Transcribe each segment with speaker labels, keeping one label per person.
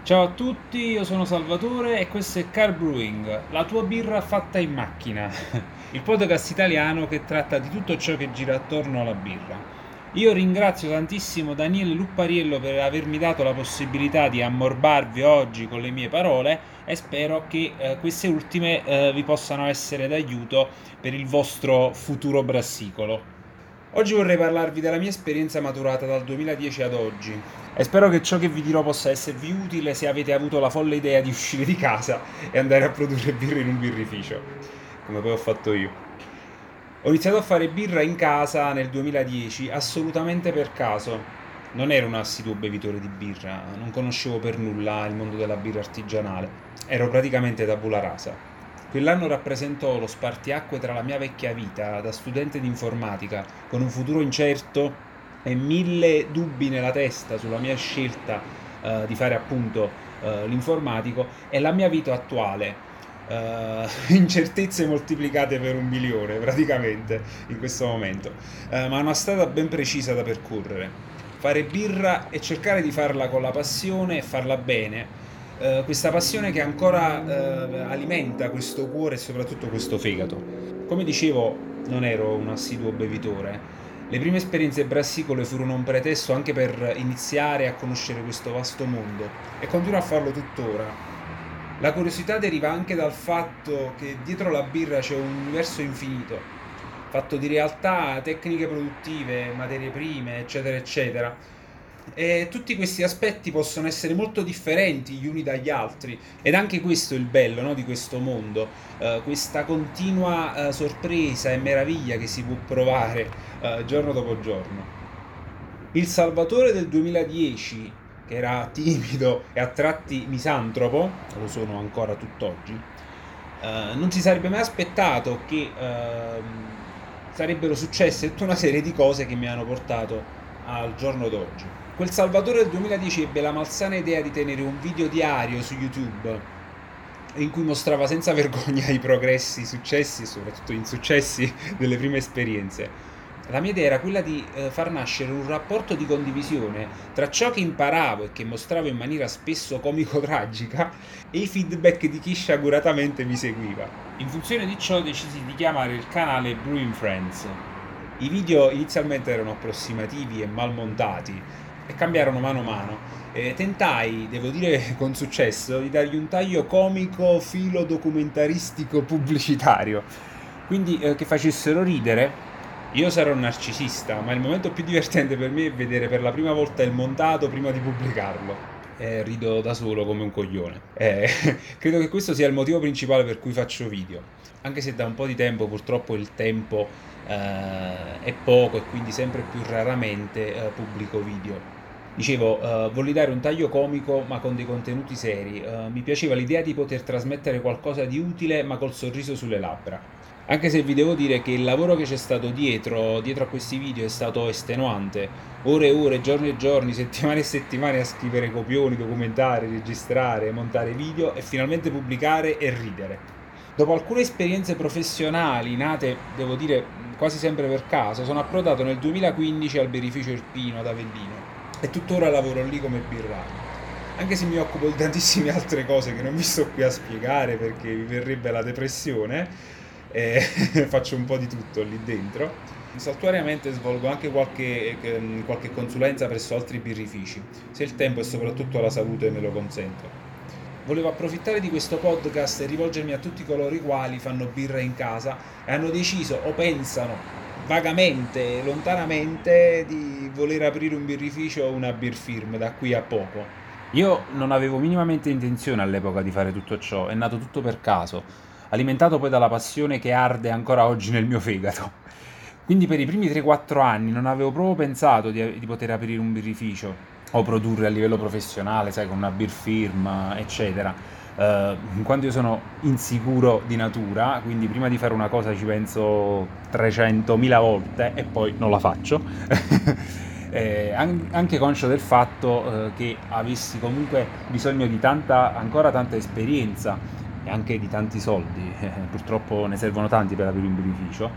Speaker 1: Ciao a tutti, io sono Salvatore e questo è Car Brewing, la tua birra fatta in macchina, il podcast italiano che tratta di tutto ciò che gira attorno alla birra. Io ringrazio tantissimo Daniele Luppariello per avermi dato la possibilità di ammorbarvi oggi con le mie parole e spero che queste ultime vi possano essere d'aiuto per il vostro futuro brassicolo. Oggi vorrei parlarvi della mia esperienza maturata dal 2010 ad oggi e spero che ciò che vi dirò possa esservi utile se avete avuto la folle idea di uscire di casa e andare a produrre birra in un birrificio, come poi ho fatto io. Ho iniziato a fare birra in casa nel 2010 assolutamente per caso. Non ero un assiduo bevitore di birra, non conoscevo per nulla il mondo della birra artigianale, ero praticamente tabula rasa. Quell'anno rappresentò lo spartiacque tra la mia vecchia vita da studente di informatica, con un futuro incerto e mille dubbi nella testa sulla mia scelta di fare appunto l'informatico, e la mia vita attuale, incertezze moltiplicate per 1 milione praticamente in questo momento, ma una strada ben precisa da percorrere. Fare birra e cercare di farla con la passione e farla bene, questa passione che ancora alimenta questo cuore e soprattutto questo fegato. Come dicevo, non ero un assiduo bevitore. Le prime esperienze brassicole furono un pretesto anche per iniziare a conoscere questo vasto mondo e continuo a farlo tuttora. La curiosità deriva anche dal fatto che dietro la birra c'è un universo infinito, fatto di realtà, tecniche produttive, materie prime, eccetera, eccetera. E tutti questi aspetti possono essere molto differenti gli uni dagli altri, ed anche questo è il bello, no, di questo mondo, questa continua sorpresa e meraviglia che si può provare giorno dopo giorno. Il Salvatore del 2010, che era timido e a tratti misantropo, lo sono ancora tutt'oggi, non si sarebbe mai aspettato che sarebbero successe tutta una serie di cose che mi hanno portato al giorno d'oggi. Quel Salvatore del 2010 ebbe la malsana idea di tenere un video diario su YouTube in cui mostrava senza vergogna i progressi, i successi e soprattutto gli insuccessi delle prime esperienze. La mia idea era quella di far nascere un rapporto di condivisione tra ciò che imparavo e che mostravo in maniera spesso comico-tragica e i feedback di chi sciaguratamente mi seguiva. In funzione di ciò decisi di chiamare il canale Brewing Friends. I video inizialmente erano approssimativi e mal montati e cambiarono mano a mano. Tentai, devo dire con successo, di dargli un taglio comico, filo documentaristico, pubblicitario, quindi che facessero ridere. Io sarò un narcisista, ma il momento più divertente per me è vedere per la prima volta il montato prima di pubblicarlo. Rido da solo come un coglione. Credo che questo sia il motivo principale per cui faccio video. Anche se da un po' di tempo purtroppo il tempo è poco e quindi sempre più raramente pubblico video. Dicevo, volli dare un taglio comico ma con dei contenuti seri. Mi piaceva l'idea di poter trasmettere qualcosa di utile ma col sorriso sulle labbra. Anche se vi devo dire che il lavoro che c'è stato dietro a questi video è stato estenuante. Ore e ore, giorni e giorni, settimane e settimane a scrivere copioni, documentare, registrare, montare video e finalmente pubblicare e ridere. Dopo alcune esperienze professionali nate, devo dire, quasi sempre per caso, sono approdato nel 2015 al birrificio Irpino ad Avellino e tuttora lavoro lì come birraio. Anche se mi occupo di tantissime altre cose che non vi sto qui a spiegare perché vi verrebbe la depressione, e faccio un po' di tutto lì dentro. Saltuariamente svolgo anche qualche consulenza presso altri birrifici, se il tempo e soprattutto la salute me lo consentono. Volevo approfittare di questo podcast e rivolgermi a tutti coloro i quali fanno birra in casa e hanno deciso o pensano vagamente, lontanamente, di voler aprire un birrificio o una beer firm da qui a poco. Io non avevo minimamente intenzione all'epoca di fare tutto ciò, è nato tutto per caso, alimentato poi dalla passione che arde ancora oggi nel mio fegato. Quindi per i primi 3-4 anni non avevo proprio pensato di poter aprire un birrificio o produrre a livello professionale, sai, con una beer firm, eccetera. In quanto io sono insicuro di natura, quindi prima di fare una cosa ci penso 300.000 volte e poi non la faccio. Anche conscio del fatto che avessi comunque bisogno di ancora tanta esperienza e anche di tanti soldi, purtroppo ne servono tanti per aprire un birrificio,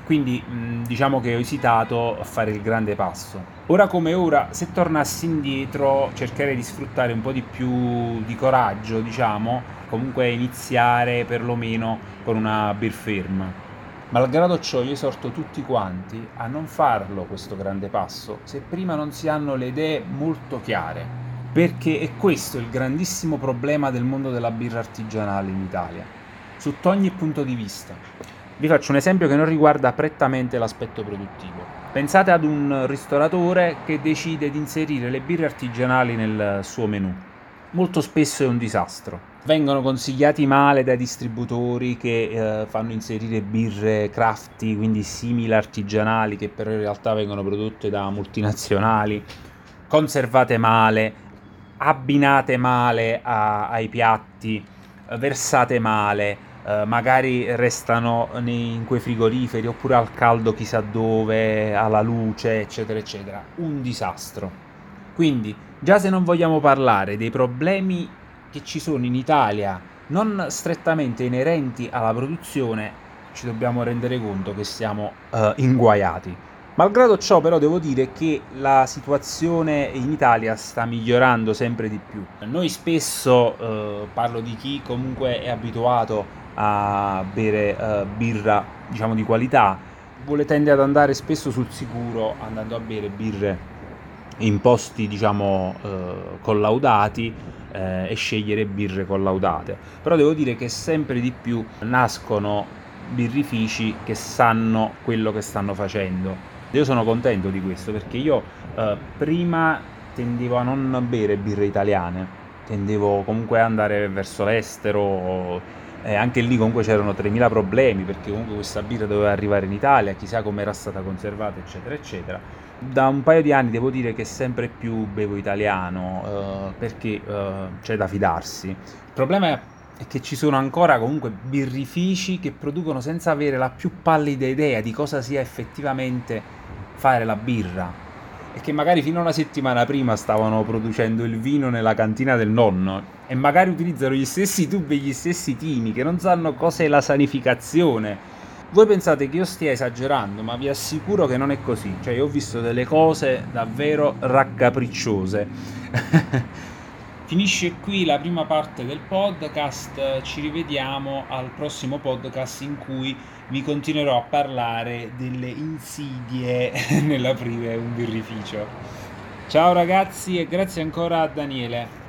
Speaker 1: Quindi diciamo che ho esitato a fare il grande passo. Ora come ora, se tornassi indietro, cercherei di sfruttare un po' di più di coraggio, diciamo, comunque iniziare perlomeno con una beer firm. Malgrado ciò, io esorto tutti quanti a non farlo questo grande passo se prima non si hanno le idee molto chiare, perché è questo il grandissimo problema del mondo della birra artigianale in Italia, sotto ogni punto di vista. Vi faccio un esempio che non riguarda prettamente l'aspetto produttivo. Pensate ad un ristoratore che decide di inserire le birre artigianali nel suo menù. Molto spesso è un disastro. Vengono consigliati male dai distributori che fanno inserire birre crafty, quindi simili artigianali, che però in realtà vengono prodotte da multinazionali, conservate male, abbinate male ai piatti, versate male, magari restano in quei frigoriferi oppure al caldo chissà dove, alla luce, eccetera eccetera. Un disastro. Quindi, già se non vogliamo parlare dei problemi che ci sono in Italia, non strettamente inerenti alla produzione, ci dobbiamo rendere conto che siamo inguaiati. Malgrado ciò, però, devo dire che la situazione in Italia sta migliorando sempre di più. Noi spesso, parlo di chi comunque è abituato a bere birra, diciamo, di qualità, tende ad andare spesso sul sicuro, andando a bere birre in posti, diciamo, collaudati, e scegliere birre collaudate. Però devo dire che sempre di più nascono birrifici che sanno quello che stanno facendo. Io sono contento di questo, perché io prima tendevo a non bere birre italiane, tendevo comunque ad andare verso l'estero, e anche lì comunque c'erano 3000 problemi, perché comunque questa birra doveva arrivare in Italia, chissà come era stata conservata, eccetera eccetera. Da un paio di anni devo dire che sempre più bevo italiano, perché c'è da fidarsi. Il problema è che ci sono ancora comunque birrifici che producono senza avere la più pallida idea di cosa sia effettivamente fare la birra, e che magari fino a una settimana prima stavano producendo il vino nella cantina del nonno, e magari utilizzano gli stessi tubi e gli stessi timi, che non sanno cos'è la sanificazione. Voi pensate che io stia esagerando, ma vi assicuro che non è così. Cioè, io ho visto delle cose davvero raccapricciose. Finisce qui la prima parte del podcast, ci rivediamo al prossimo podcast in cui vi continuerò a parlare delle insidie nell'aprire un birrificio. Ciao ragazzi, e grazie ancora a Daniele.